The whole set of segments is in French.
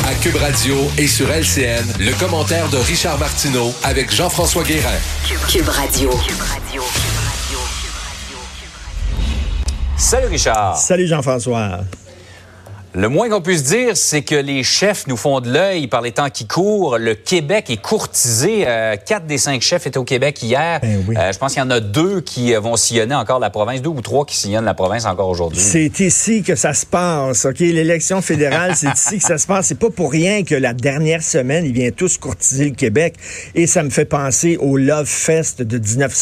À Cube Radio et sur LCN, le commentaire de Richard Martineau avec Jean-François Guérin. Cube Radio. Salut Richard. Salut Jean-François. Le moins qu'on puisse dire, c'est que les chefs nous font de l'œil par les temps qui courent. Le Québec est courtisé. 4 des 5 chefs étaient au Québec hier. Oui. Je pense qu'il y en a 2 qui vont sillonner encore la province, 2 ou 3 qui sillonnent la province encore aujourd'hui. C'est ici que ça se passe, OK? L'élection fédérale, c'est ici que ça se passe. C'est pas pour rien que la dernière semaine, ils viennent tous courtiser le Québec. Et ça me fait penser au Love Fest de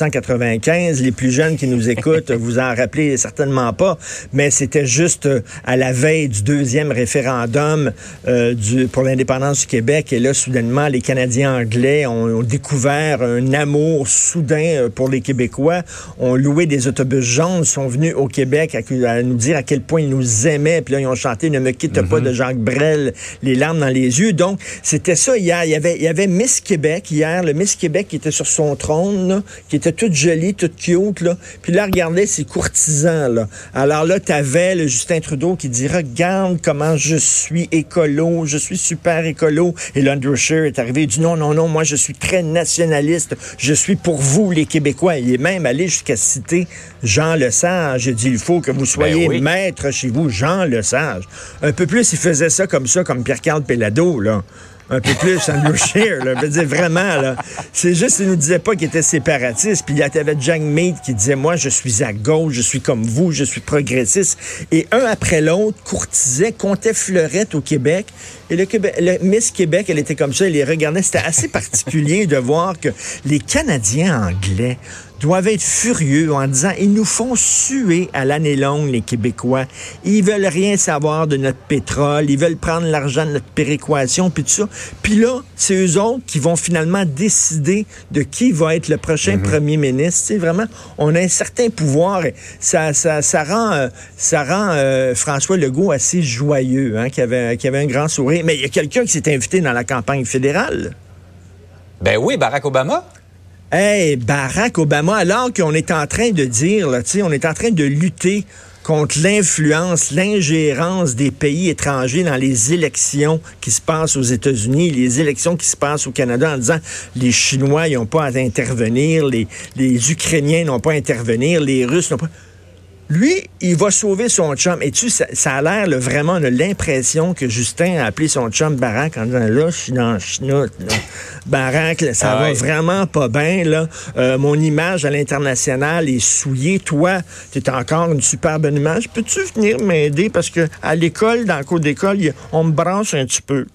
1995. Les plus jeunes qui nous écoutent, vous en rappelez certainement pas, mais c'était juste à la veille du deuxième référendum pour l'indépendance du Québec. Et là, soudainement, les Canadiens anglais ont découvert un amour soudain pour les Québécois, ont loué des autobus jaunes, sont venus au Québec à nous dire à quel point ils nous aimaient. Puis là, ils ont chanté « Ne me quitte pas » de Jacques Brel, les larmes dans les yeux. Donc, c'était ça hier. Il y avait Miss Québec hier, le Miss Québec qui était sur son trône, là, qui était toute jolie, toute cute. Là. Puis là, regardez ces courtisans. Là. Alors là, t'avais le Justin Trudeau qui dit « Regarde comment je suis écolo, je suis super écolo. » Et là, Andrew Scheer est arrivé, il dit non, moi je suis très nationaliste, je suis pour vous les Québécois. Il est même allé jusqu'à citer Jean Lesage. Il dit, il faut que vous soyez maître chez vous, Jean Lesage. Un peu plus, il faisait ça, comme Pierre-Carl Péladeau, là. Un peu plus, Andrew Scheer, là. Je veux dire, vraiment, là. C'est juste, il nous disait pas qu'il était séparatiste. Puis il y avait Jack Mead qui disait, moi, je suis à gauche, je suis comme vous, je suis progressiste. Et un après l'autre, courtisait, comptait fleurette au Québec. Et le Miss Québec, elle était comme ça, elle les regardait. C'était assez particulier de voir que les Canadiens anglais doivent être furieux en disant, ils nous font suer à l'année longue, les Québécois. Ils veulent rien savoir de notre pétrole. Ils veulent prendre l'argent de notre péréquation, puis tout ça. Puis là, c'est eux autres qui vont finalement décider de qui va être le prochain premier ministre. Tu sais, vraiment, on a un certain pouvoir. Et ça rend François Legault assez joyeux, hein, qui avait un grand sourire. Mais il y a quelqu'un qui s'est invité dans la campagne fédérale. Ben oui, Barack Obama. Hey, Barack Obama, alors qu'on est en train de dire, là, on est en train de lutter contre l'influence, l'ingérence des pays étrangers dans les élections qui se passent aux États-Unis, les élections qui se passent au Canada, en disant les Chinois n'ont pas à intervenir, les Ukrainiens n'ont pas à intervenir, les Russes n'ont pas... Lui, il va sauver son chum. Et ça a l'air, là, vraiment, on a l'impression que Justin a appelé son chum Barack en disant, là, je suis dans le chenoute, là. Barack, là, ça va vraiment pas bien, là. Mon image à l'international est souillée. Toi, t'es encore une super bonne image. Peux-tu venir m'aider? Parce que à l'école, dans le cours d'école, on me branche un petit peu.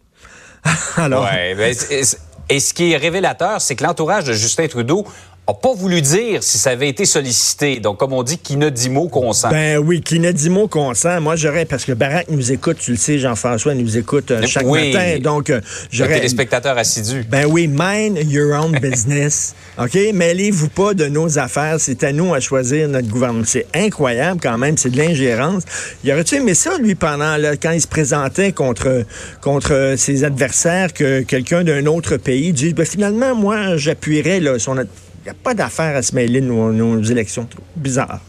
Alors... Ouais, ben, et ce qui est révélateur, c'est que l'entourage de Justin Trudeau n'a pas voulu dire si ça avait été sollicité. Donc, comme on dit, qui ne dit mot consent. Ben oui, qui ne dit mot consent. Moi, parce que Barack nous écoute, tu le sais, Jean-François, il nous écoute chaque matin. Donc, j'aurais... Le téléspectateur assidu. Ben oui, mind your own business. OK? Mêlez-vous pas de nos affaires. C'est à nous à choisir notre gouvernement. C'est incroyable quand même. C'est de l'ingérence. Il aurait-tu aimé ça, lui, quand il se présentait contre ses adversaires, que quelqu'un d'un autre pays dit, ben, finalement, moi, j'appuierais là, son... Il n'y a pas d'affaire à se mêler de nos élections. Bizarre.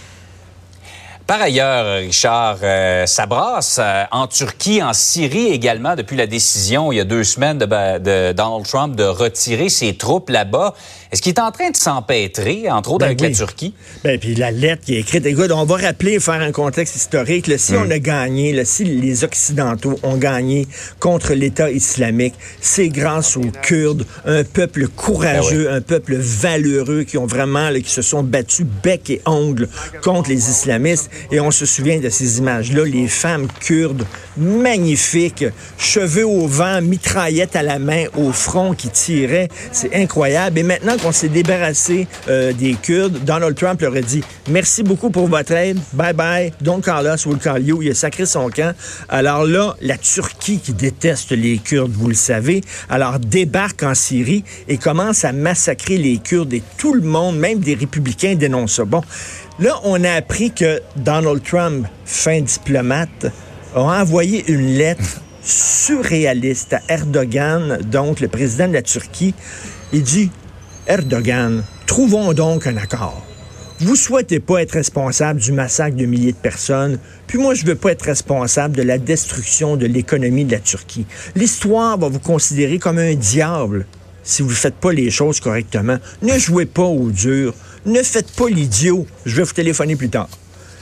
Par ailleurs, Richard, ça brasse en Turquie, en Syrie également, depuis la décision il y a 2 semaines de Donald Trump de retirer ses troupes là-bas. Est-ce qu'il est en train de s'empêtrer, entre autres, avec la Turquie? Ben, puis la lettre qui est écrite. Écoute, on va rappeler, faire un contexte historique. Là, si on a gagné, là, si les Occidentaux ont gagné contre l'État islamique, c'est grâce aux Kurdes, un peuple courageux, un peuple valeureux qui ont vraiment, là, qui se sont battus bec et ongle contre les islamistes. Et on se souvient de ces images-là, les femmes kurdes magnifiques, cheveux au vent, mitraillettes à la main, au front qui tiraient. C'est incroyable. Et maintenant qu'on s'est débarrassé des Kurdes, Donald Trump leur a dit « Merci beaucoup pour votre aide. Bye bye. Don't call us, we'll call you. » Il a sacré son camp. Alors là, la Turquie qui déteste les Kurdes, vous le savez, alors débarque en Syrie et commence à massacrer les Kurdes. Et tout le monde, même des républicains, dénoncent ça. Bon, là, on a appris que Donald Trump, fin diplomate, a envoyé une lettre surréaliste à Erdogan, donc le président de la Turquie. Il dit « Erdogan, trouvons donc un accord. Vous souhaitez pas être responsable du massacre de milliers de personnes, puis moi, je veux pas être responsable de la destruction de l'économie de la Turquie. L'histoire va vous considérer comme un diable si vous ne faites pas les choses correctement. Ne jouez pas au dur. Ne faites pas l'idiot. Je vais vous téléphoner plus tard.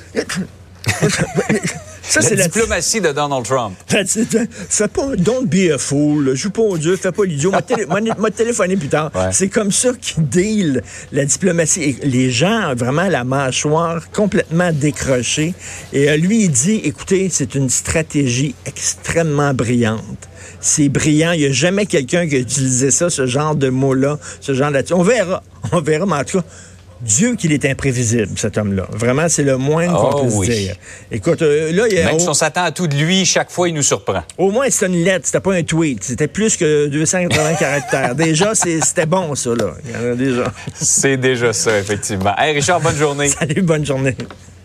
Ça, c'est la diplomatie de Donald Trump. Fais pas, don't be a fool, joue pas au Dieu, fais pas l'idiot, m'a téléphoné plus tard. Ouais. C'est comme ça qu'ils deal la diplomatie. Et les gens, vraiment, la mâchoire complètement décrochée. Et lui, il dit, écoutez, c'est une stratégie extrêmement brillante. C'est brillant. Il n'y a jamais quelqu'un qui a utilisé ça, ce genre de mot-là, ce genre de... On verra, mais en tout cas, Dieu qu'il est imprévisible, cet homme-là. Vraiment, c'est le moins qu'on puisse dire. Écoute, là, même si on s'attend à tout de lui, chaque fois, il nous surprend. Au moins, c'était une lettre, c'était pas un tweet. C'était plus que 280 caractères. Déjà, c'était bon, ça, là. Il y en a déjà. C'est déjà ça, effectivement. Hey, Richard, bonne journée. Salut, bonne journée.